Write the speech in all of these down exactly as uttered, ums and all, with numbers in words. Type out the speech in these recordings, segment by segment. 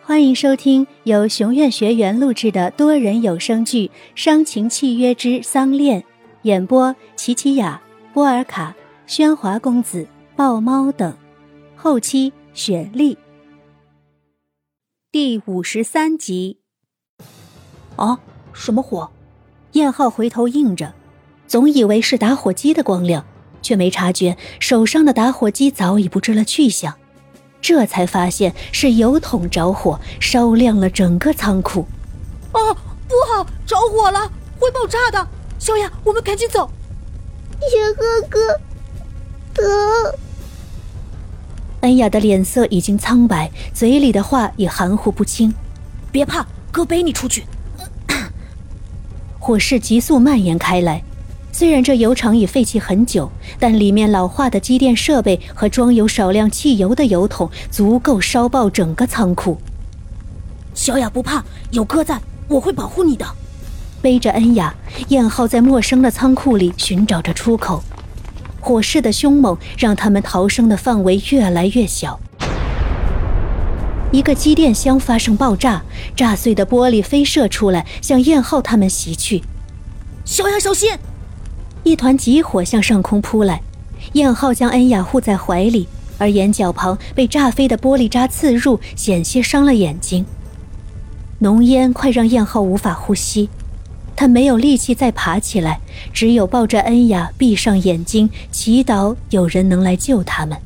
欢迎收听由熊院学员录制的多人有声剧《伤情契约之丧恋》，演播琪琪雅、波尔卡、喧哗公子、豹猫等，后期雪莉。第五十三集。 啊，什么火？ 燕浩回头应着，总以为是打火机的光亮，却没察觉手上的打火机早已不知了去向。这才发现是油桶着火，烧亮了整个仓库。 啊，不好，着火了，会爆炸的！小雅，我们赶紧走。 叶哥哥，疼！ 恩雅的脸色已经苍白，嘴里的话也含糊不清。 别怕，哥背你出去。 火势急速蔓延开来。虽然这油厂已废弃很久，但里面老化的机电设备和装有少量汽油的油桶足够烧爆整个仓库。 小雅不怕，有哥在，我会保护你的。 背着恩雅，燕浩在陌生的仓库里寻找着出口。火势的凶猛让他们逃生的范围越来越小。一个机电箱发生爆炸，炸碎的玻璃飞射出来，向燕浩他们袭去。 小雅小心！ 一团急火向上空扑来，燕浩将恩雅护在怀里，而眼角旁被炸飞的玻璃渣刺入，险些伤了眼睛。浓烟快让燕浩无法呼吸，他没有力气再爬起来，只有抱着恩雅闭上眼睛，祈祷有人能来救他们。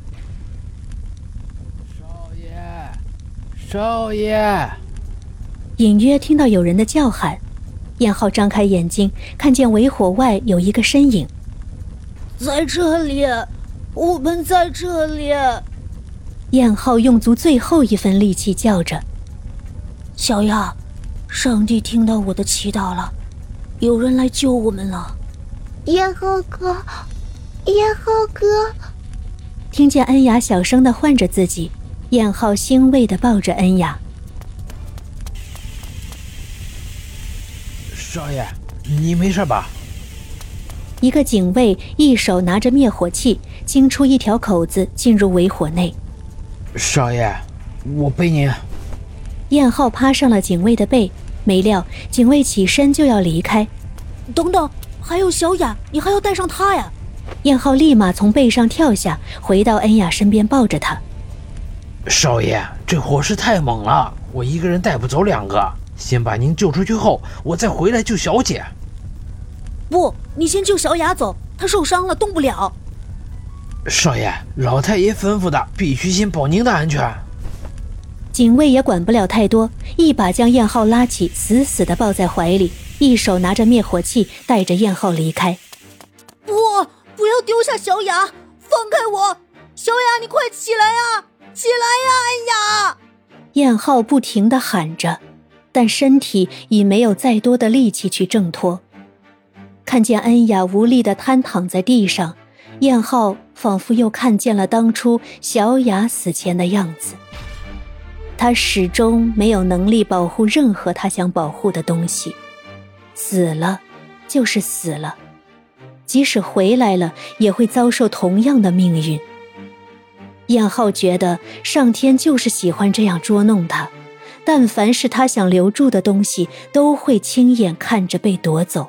少爷，少爷！ 隐约听到有人的叫喊。燕浩张开眼睛，看见围火外有一个身影。 在这里，我们在这里。 燕浩用足最后一分力气叫着： 小雅，上帝听到我的祈祷了，有人来救我们了。 燕浩哥，燕浩哥。 听见恩雅小声地唤着自己，燕浩欣慰地抱着恩雅。 少爷，你没事吧？ 一个警卫一手拿着灭火器，清出一条口子进入围火内。 少爷，我背您。 燕浩趴上了警卫的背，没料警卫起身就要离开。 等等，还有小雅，你还要带上她呀！ 燕浩立马从背上跳下，回到恩雅身边抱着她。 少爷，这火势太猛了，我一个人带不走两个。先把您救出去后，我再回来救小姐。 不，你先救小雅走，她受伤了，动不了。 少爷，老太爷吩咐的，必须先保您的安全。 警卫也管不了太多，一把将燕浩拉起，死死地抱在怀里，一手拿着灭火器，带着燕浩离开。 不，不要丢下小雅，放开我！小雅，你快起来呀，起来呀，恩雅！ 燕浩不停地喊着，但身体已没有再多的力气去挣脱。看见恩雅无力地瘫躺在地上，燕浩仿佛又看见了当初小雅死前的样子。他始终没有能力保护任何他想保护的东西，死了就是死了，即使回来了也会遭受同样的命运。燕浩觉得上天就是喜欢这样捉弄他，但凡是他想留住的东西，都会亲眼看着被夺走。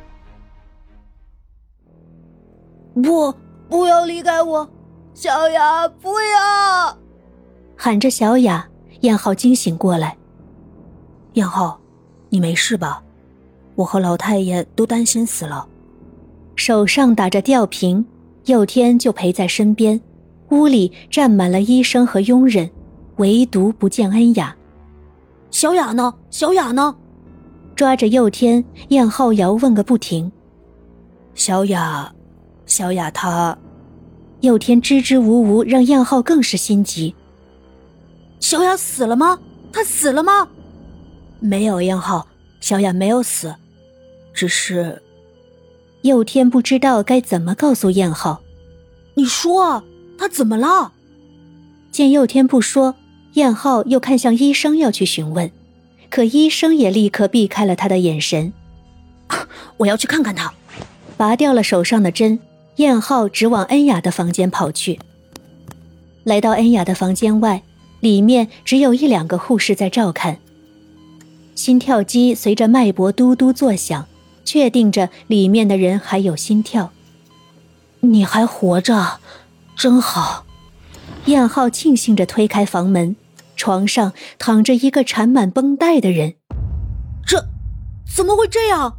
不，不要离开我，小雅，不要！ 喊着小雅，燕浩惊醒过来。 燕浩，你没事吧？我和老太爷都担心死了。 手上打着吊瓶，佑天就陪在身边，屋里站满了医生和佣人，唯独不见恩雅。 小雅呢？小雅呢？ 抓着佑天，燕浩遥问个不停。 小雅，小雅她…… 佑天支支吾吾，让燕浩更是心急。 小雅死了吗？她死了吗？没有，燕浩，小雅没有死，只是…… 佑天不知道该怎么告诉燕浩。 你说啊，她怎么了？ 见佑天不说，燕浩又看向医生要去询问，可医生也立刻避开了他的眼神。 我要去看看他。 拔掉了手上的针，燕浩直往恩雅的房间跑去。来到恩雅的房间外， 里面只有一两个护士在照看。心跳机随着脉搏嘟嘟作响，确定着里面的人还有心跳。 你还活着，真好。 燕浩庆幸着推开房门，床上躺着一个缠满绷带的人。 这怎么会这样？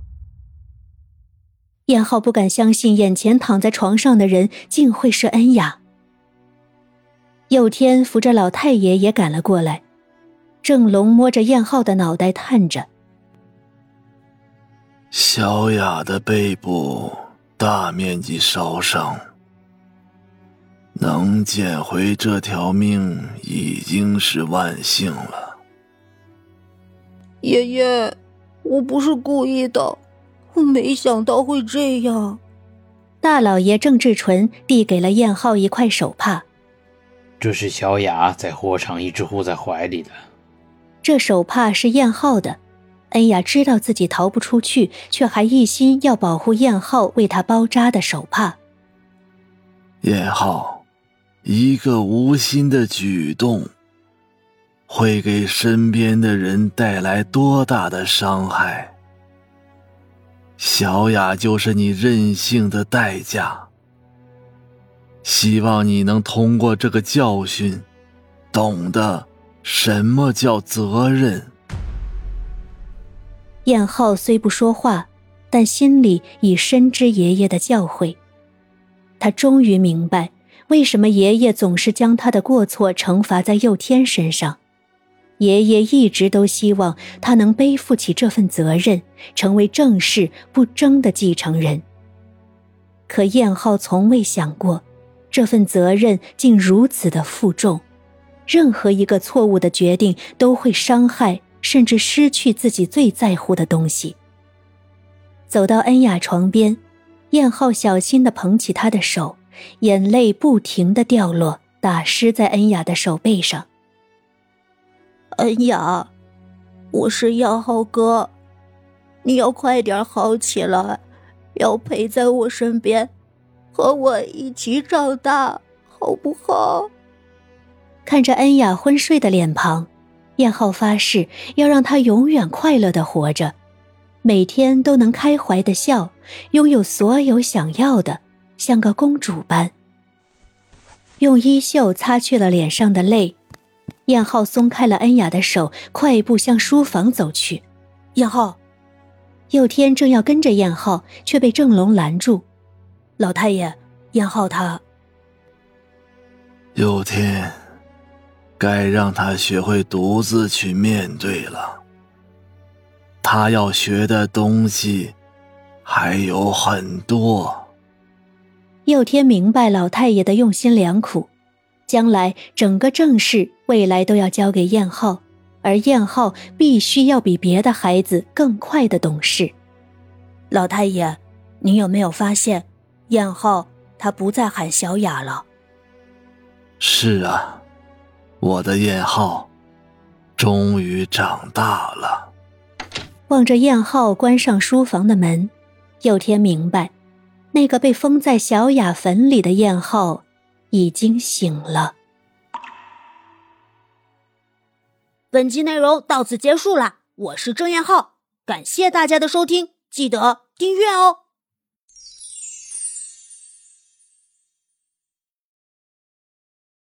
燕浩不敢相信眼前躺在床上的人竟会是恩雅。佑天扶着老太爷也赶了过来，郑龙摸着燕浩的脑袋叹着： 小雅的背部大面积烧伤，能捡回这条命已经是万幸了。 爷爷，我不是故意的，我没想到会这样。 大老爷郑志纯递给了燕浩一块手帕， 这是小雅在火场一直护在怀里的。 这手帕是燕浩的，恩雅知道自己逃不出去，却还一心要保护燕浩为他包扎的手帕。 燕浩，一个无心的举动，会给身边的人带来多大的伤害？小雅就是你任性的代价。希望你能通过这个教训，懂得什么叫责任。 燕浩虽不说话，但心里已深知爷爷的教诲。他终于明白，为什么爷爷总是将他的过错惩罚在佑天身上。爷爷一直都希望他能背负起这份责任，成为正式不争的继承人。可燕浩从未想过，这份责任竟如此的负重，任何一个错误的决定都会伤害甚至失去自己最在乎的东西。走到恩雅床边，燕浩小心地捧起她的手，眼泪不停地掉落，打湿在恩雅的手背上。 恩雅，我是燕浩哥，你要快点好起来，要陪在我身边，和我一起长大，好不好？ 看着恩雅昏睡的脸庞，燕浩发誓要让她永远快乐地活着，每天都能开怀地笑，拥有所有想要的，像个公主般。用衣袖擦去了脸上的泪，燕浩松开了恩雅的手，快步向书房走去。 燕浩， 佑天正要跟着燕浩，却被郑龙拦住。 老太爷，燕浩他…… 佑天，该让他学会独自去面对了。他要学的东西还有很多。 佑天明白老太爷的用心良苦，将来整个郑氏未来都要交给燕浩，而燕浩必须要比别的孩子更快的懂事。 老太爷，您有没有发现，燕浩他不再喊小雅了？ 是啊，我的燕浩终于长大了。 望着燕浩关上书房的门，佑天明白，那个被封在小雅坟里的燕浩已经醒了。 本集内容到此结束了，我是郑燕浩，感谢大家的收听，记得订阅哦。